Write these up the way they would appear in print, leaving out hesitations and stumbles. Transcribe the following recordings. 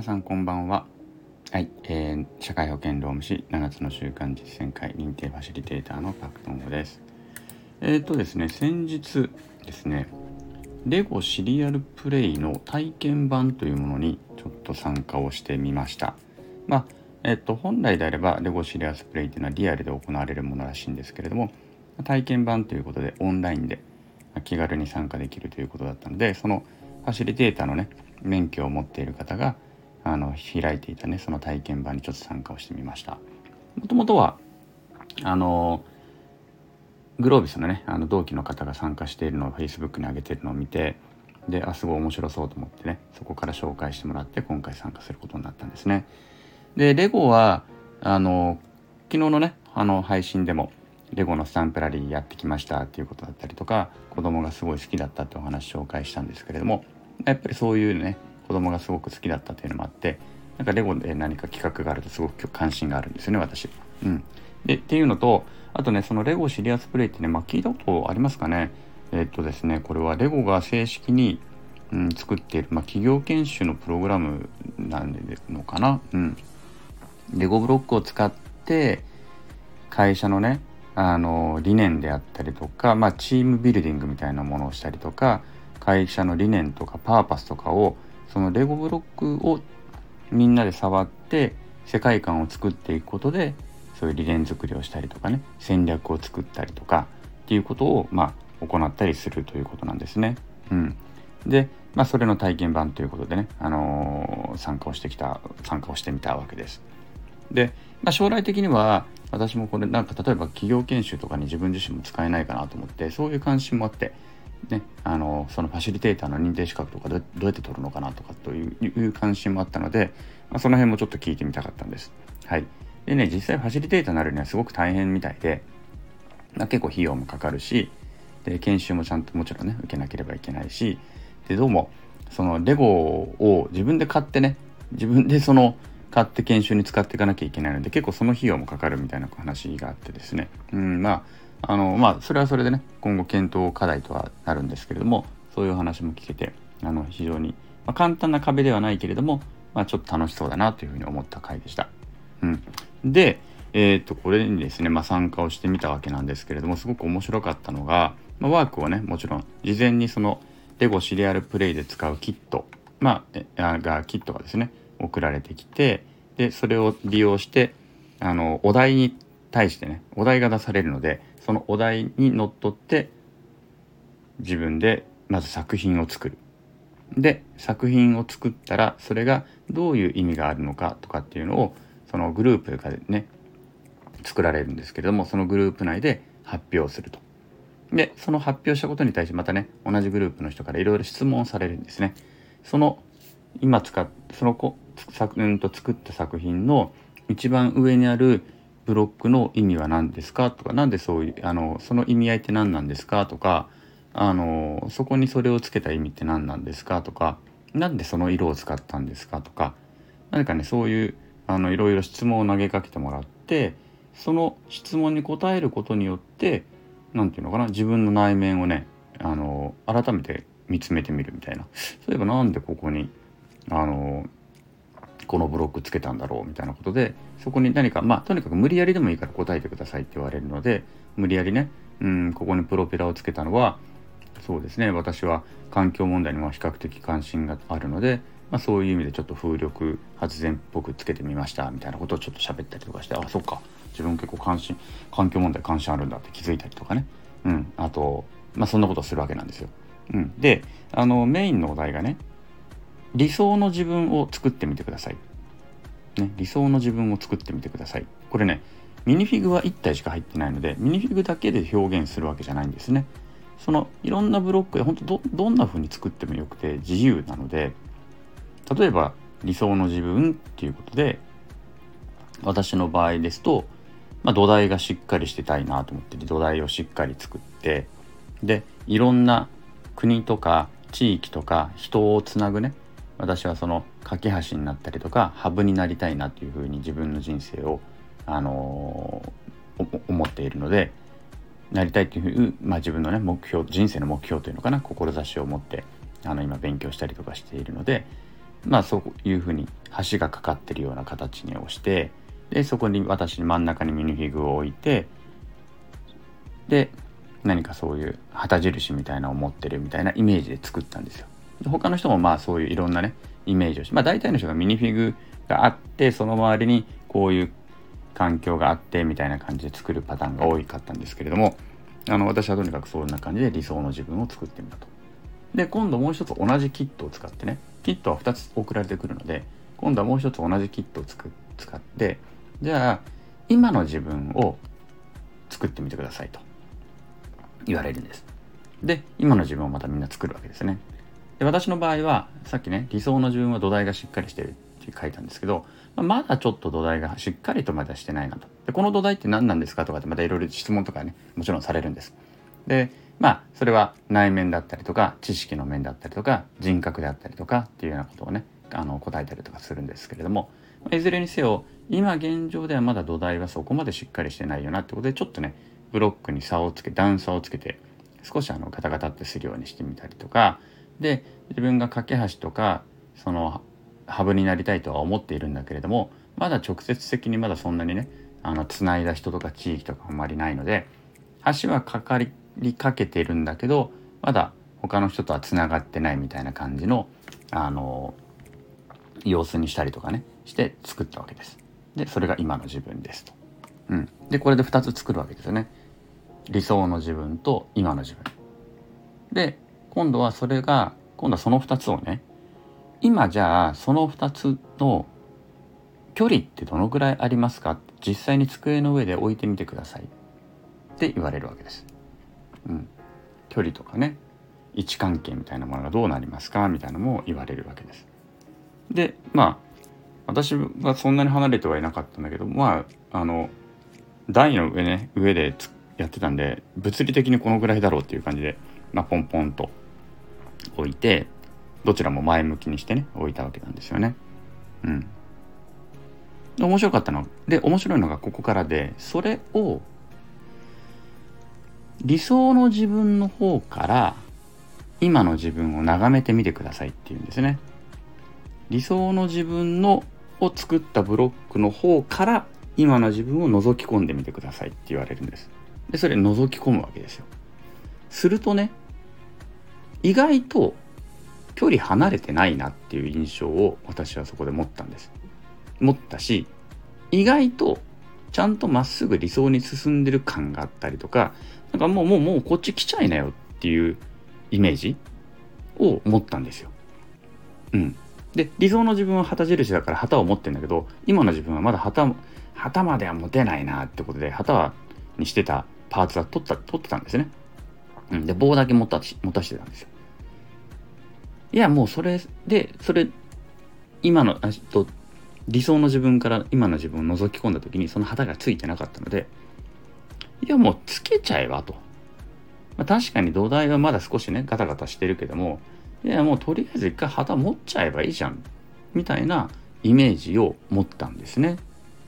さんこんばんは。はい、社会保険労務士7つの習慣実践会認定ファシリテーターのパクトンゴです。ですね、先日ですね、レゴシリアルプレイの体験版というものにちょっと参加をしてみました。本来であればレゴシリアルプレイというのはリアルで行われるものらしいんですけれども、体験版ということでオンラインで気軽に参加できるということだったので、そのファシリテーターのね免許を持っている方が開いていたねその体験版にちょっと参加をしてみました。もともとはグロービスのね同期の方が参加しているのを Facebook に上げているのを見て、ですごい面白そうと思ってね、そこから紹介してもらって今回参加することになったんですね。でレゴは昨日のね配信でもレゴのスタンプラリーやってきましたっていうことだったりとか、子供がすごい好きだったってお話紹介したんですけれども、やっぱりそういうね子供がすごく好きだったというのもあって、なんかレゴで何か企画があるとすごく関心があるんですよね、私。でっていうのと、あとねそのレゴシリアスプレイってね、聞いたことありますかね。ですね、これはレゴが正式に、作っている、企業研修のプログラムなんでのかな。レゴブロックを使って会社のね理念であったりとか、チームビルディングみたいなものをしたりとか、会社の理念とかパーパスとかをそのレゴブロックをみんなで触って世界観を作っていくことで、そういう理念作りをしたりとかね、戦略を作ったりとかっていうことを行ったりするということなんですね。で、それの体験版ということでね、参加をしてみたわけです。で、将来的には私もこれ例えば企業研修とかに自分自身も使えないかなと思って、そういう関心もあってね、そのファシリテーターの認定資格とかどうやって取るのかなとかという関心もあったので、その辺もちょっと聞いてみたかったんです。でね、実際ファシリテーターになるにはすごく大変みたいで、結構費用もかかるし、で研修もちゃんともちろんね受けなければいけないし、でどうもそのレゴを自分で買ってね、自分で買って研修に使っていかなきゃいけないので、結構その費用もかかるみたいな話があってですね、それはそれでね今後検討課題とはなるんですけれども、そういう話も聞けて非常に、簡単な壁ではないけれども、ちょっと楽しそうだなというふうに思った回でした。で、これにですね、参加をしてみたわけなんですけれども、すごく面白かったのが、ワークをねもちろん事前にそのレゴシリアルプレイで使うキットがですね送られてきて、でそれを利用してお題に対してねお題が出されるので、そのお題にのっとって自分でまず作品を作る。で作品を作ったらそれがどういう意味があるのかとかっていうのをそのグループがね作られるんですけれども、そのグループ内で発表すると。でその発表したことに対してまたね同じグループの人からいろいろ質問されるんですね。その作った作品の一番上にあるブロックの意味は何ですかとか、なんでそういうその意味合いって何なんですかとか、そこにそれをつけた意味って何なんですかとか、なんでその色を使ったんですかとか、何かねそういういろいろ質問を投げかけてもらって、その質問に答えることによってなんていうのかな、自分の内面をね改めて見つめてみるみたいな。そういえばなんでここにこのブロックつけたんだろうみたいなことで、そこに何かとにかく無理やりでもいいから答えてくださいって言われるので、無理やりねここにプロペラをつけたのは、そうですね、私は環境問題にも比較的関心があるので、そういう意味でちょっと風力発電っぽくつけてみましたみたいなことをちょっと喋ったりとかして、そっか、自分結構環境問題関心あるんだって気づいたりとかね、あとそんなことをするわけなんですよ。でメインのお題がね、理想の自分を作ってみてください、理想の自分を作ってみてください。これねミニフィグは1体しか入ってないので、ミニフィグだけで表現するわけじゃないんですね。そのいろんなブロックで本当どんな風に作ってもよくて自由なので、例えば理想の自分っていうことで、私の場合ですと、土台がしっかりしてたいなと思って土台をしっかり作って、でいろんな国とか地域とか人をつなぐね、私はその架け橋になったりとかハブになりたいなっていうふうに自分の人生を、思っているので、なりたいっていうふうに、自分のね人生の目標というのかな、志を持って今勉強したりとかしているので、 そういうふうに橋がかかってるような形にして、でそこに私真ん中にミニフィグを置いて、で何かそういう旗印みたいなのを持ってるみたいなイメージで作ったんですよ。で他の人もそういういろんなねイメージをして、大体の人がミニフィグがあって、その周りにこういう環境があってみたいな感じで作るパターンが多かったんですけれども、私はとにかくそんな感じで理想の自分を作ってみたと。で今度もう一つ同じキットを使ってね、キットは2つ送られてくるので、今度はもう一つ同じキットを使って、じゃあ今の自分を作ってみてくださいと言われるんです。で今の自分をまたみんな作るわけですね。で私の場合はさっきね、理想の自分は土台がしっかりしてるって書いたんですけど、まだちょっと土台がしっかりとまだしてないなと。でこの土台って何なんですかとかってまたいろいろ質問とかねもちろんされるんです。でそれは内面だったりとか知識の面だったりとか人格であったりとかっていうようなことをね答えたりとかするんですけれども、いずれにせよ今現状ではまだ土台はそこまでしっかりしてないよなってことで、ちょっとねブロックに段差をつけて少しガタガタってするようにしてみたりとかで、自分が架け橋とかそのハブになりたいとは思っているんだけれども、まだ直接的にまだそんなにねつないだ人とか地域とかあんまりないので、橋はかかりかけてるんだけどまだ他の人とはつながってないみたいな感じの様子にしたりとかねして作ったわけです。でそれが今の自分ですと。でこれで2つ作るわけですよね。理想の自分と今の自分で、今度はその2つをね、今じゃあその2つの距離ってどのぐらいありますか、実際に机の上で置いてみてくださいって言われるわけです。距離とかね位置関係みたいなものがどうなりますかみたいなのも言われるわけです。で私はそんなに離れてはいなかったんだけど、台の上でやってたんで物理的にこのぐらいだろうっていう感じで、ポンポンと置いて、どちらも前向きにしてね置いたわけなんですよね。面白いのがここからで、それを理想の自分の方から今の自分を眺めてみてくださいっていうんですね。理想の自分を作ったブロックの方から今の自分を覗き込んでみてくださいって言われるんです。でそれ覗き込むわけですよ。するとね、意外と距離離れてないなっていう印象を私はそこで持ったし、意外とちゃんとまっすぐ理想に進んでる感があったりとか、もうこっち来ちゃいなよっていうイメージを持ったんですよ。で理想の自分は旗印だから旗を持ってるんだけど、今の自分はまだ旗までは持てないなってことで、旗にしてたパーツは取ってたんですね。で棒だけ持たしてたんですよ。いやもうそれ今の理想の自分から今の自分を覗き込んだ時にその旗がついてなかったので、いやもうつけちゃえばと。確かに土台はまだ少しねガタガタしてるけども、いやもうとりあえず一回旗持っちゃえばいいじゃんみたいなイメージを持ったんですね。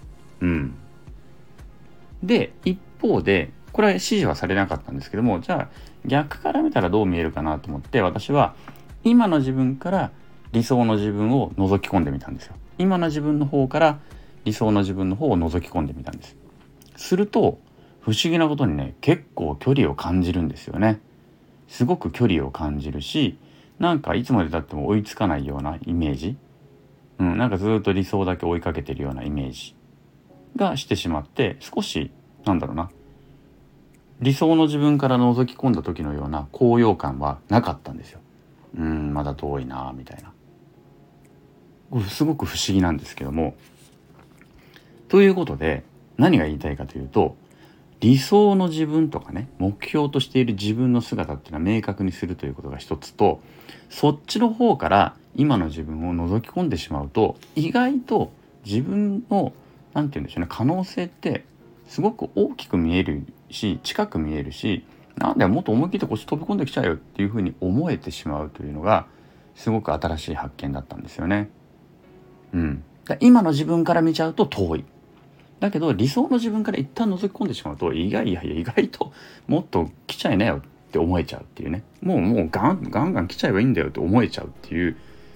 で一方でこれは指示はされなかったんですけども、じゃあ逆から見たらどう見えるかなと思って、私は今の自分から理想の自分を覗き込んでみたんですよ。今の自分の方から理想の自分の方を覗き込んでみたんです。すると不思議なことにね、結構距離を感じるんですよね。すごく距離を感じるし、いつまで経っても追いつかないようなイメージ、ずっと理想だけ追いかけてるようなイメージがしてしまって、少し理想の自分から覗き込んだ時のような高揚感はなかったんですよ。まだ遠いなみたいな、すごく不思議なんですけども。ということで何が言いたいかというと、理想の自分とかね、目標としている自分の姿っていうのは明確にするということが一つと、そっちの方から今の自分を覗き込んでしまうと、意外と自分の可能性ってすごく大きく見えるし近く見えるし、もっと思い切ってこっち飛び込んできちゃうよっていうふうに思えてしまうというのがすごく新しい発見だったんですよね。今の自分から見ちゃうと遠い。だけど理想の自分から一旦覗き込んでしまうと、意外ともっと来ちゃいなよって思えちゃうっていうね。もうガンガン来ちゃえばいいんだよって思えちゃうっていう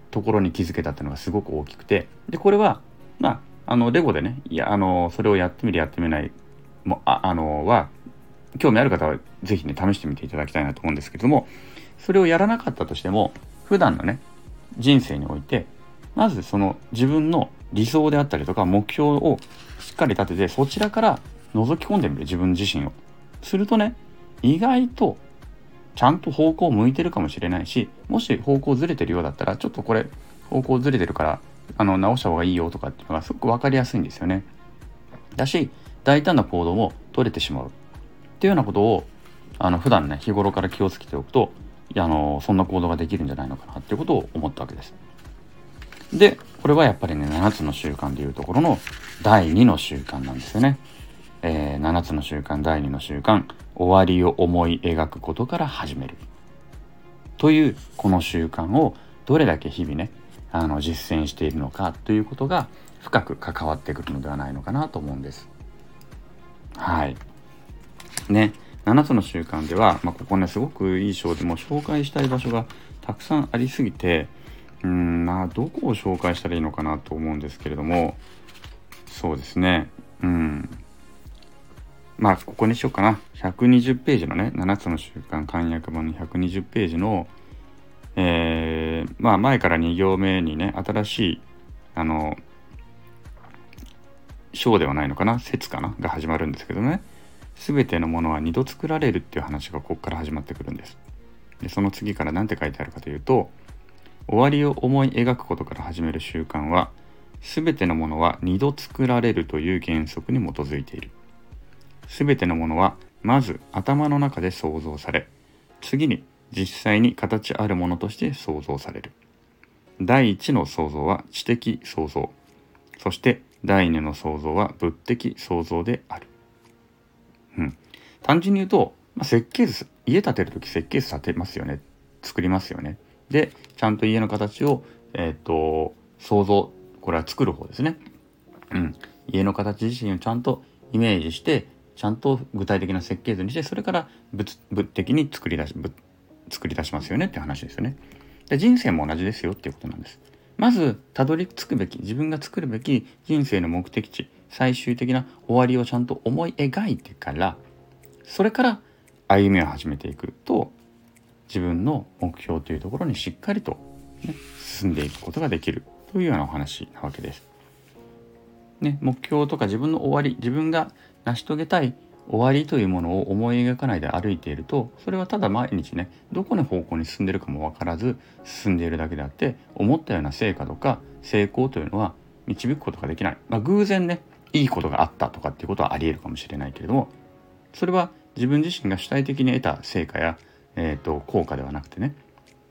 ところに気づけたっていうのがすごく大きくて、でこれはレゴでね、それをやってみるやってみないもは興味ある方はぜひね試してみていただきたいなと思うんですけれども、それをやらなかったとしても普段のね人生においてまずその自分の理想であったりとか目標をしっかり立てて、そちらから覗き込んでみる、自分自身を。するとね、意外とちゃんと方向を向いてるかもしれないし、もし方向ずれてるようだったら、ちょっとこれ方向ずれてるから直した方がいいよとかっていうのがすごく分かりやすいんですよね。だし、大胆な行動も取れてしまうっていうようなことを普段ね日頃から気をつけておくと、そんな行動ができるんじゃないのかなっていうことを思ったわけです。でこれはやっぱりね7つの習慣でいうところの第2の習慣なんですよね。7つの習慣第2の習慣、終わりを思い描くことから始めるというこの習慣をどれだけ日々ね実践しているのかということが深く関わってくるのではないのかなと思うんです。はいね、7つの習慣では、ここねすごくいい章でも紹介したい場所がたくさんありすぎて、どこを紹介したらいいのかなと思うんですけれども、そうですね、ここにしようかな。120ページのね7つの習慣簡約版の120ページの前から2行目にね新しい章ではないのかな、節かなが始まるんですけどね、すべてのものは2度作られるっていう話がここから始まってくるんです。でその次から何て書いてあるかというと、終わりを思い描くことから始める習慣は、すべてのものは2度作られるという原則に基づいている。すべてのものはまず頭の中で想像され、次に実際に形あるものとして想像される。第一の想像は知的想像、そして第二の想像は物的想像である。単純に言うと、設計図、家建てるとき設計図立てますよね、作りますよね。でちゃんと家の形を想像、これは作る方ですね。家の形自身をちゃんとイメージして、ちゃんと具体的な設計図にして、それから物的に作り出しますよねって話ですよね。で人生も同じですよっていうことなんです。まずたどり着くべき、自分が作るべき人生の目的地、最終的な終わりをちゃんと思い描いてから、それから歩みを始めていくと、自分の目標というところにしっかりと、進んでいくことができるというようなお話なわけです。目標とか自分の終わり、自分が成し遂げたい終わりというものを思い描かないで歩いていると、それはただ毎日ねどこの方向に進んでいるかも分からず進んでいるだけであって、思ったような成果とか成功というのは導くことができない。偶然ねいいことがあったとかっていうことはあり得るかもしれないけれども、それは自分自身が主体的に得た成果や、効果ではなくてね、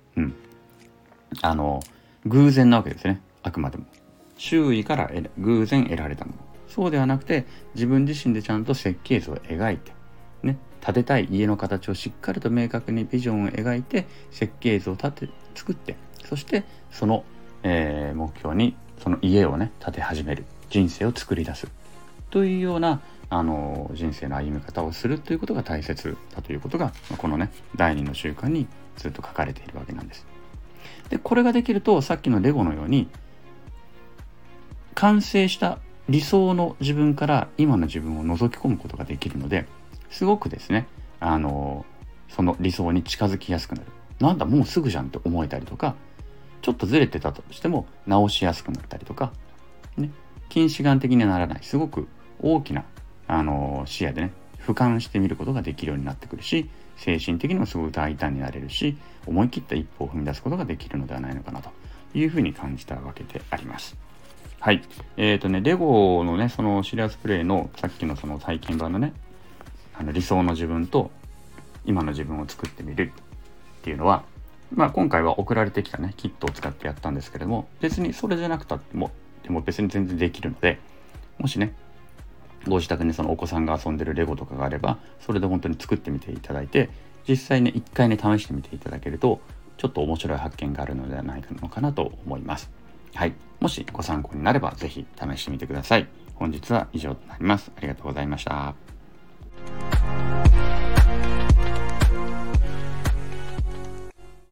偶然なわけですね。あくまでも周囲から偶然得られたもの、そうではなくて自分自身でちゃんと設計図を描いて、建てたい家の形をしっかりと明確にビジョンを描いて設計図を作って、そしてその、目標にその家をね建て始める、人生を作り出すというような人生の歩み方をするということが大切だということが、このね第2の習慣にずっと書かれているわけなんです。でこれができると、さっきのレゴのように完成した理想の自分から今の自分を覗き込むことができるので、すごくですねその理想に近づきやすくなる。なんだもうすぐじゃんって思えたりとか、ちょっとずれてたとしても直しやすくなったりとか、近視眼的にはならない、すごく大きな視野でね俯瞰してみることができるようになってくるし、精神的にもすごく大胆になれるし、思い切った一歩を踏み出すことができるのではないのかなというふうに感じたわけであります。はい。レゴのねそのシリアスプレイのさっきのその体験版のね理想の自分と今の自分を作ってみるっていうのは、今回は送られてきたねキットを使ってやったんですけれども、別にそれじゃなくたってもでも別に全然できるので、もしねご自宅にそのお子さんが遊んでるレゴとかがあれば、それで本当に作ってみていただいて、実際ね一回ね試してみていただけるとちょっと面白い発見があるのではないのかなと思います。はい。もしご参考になればぜひ試してみてください。本日は以上となります。ありがとうございました。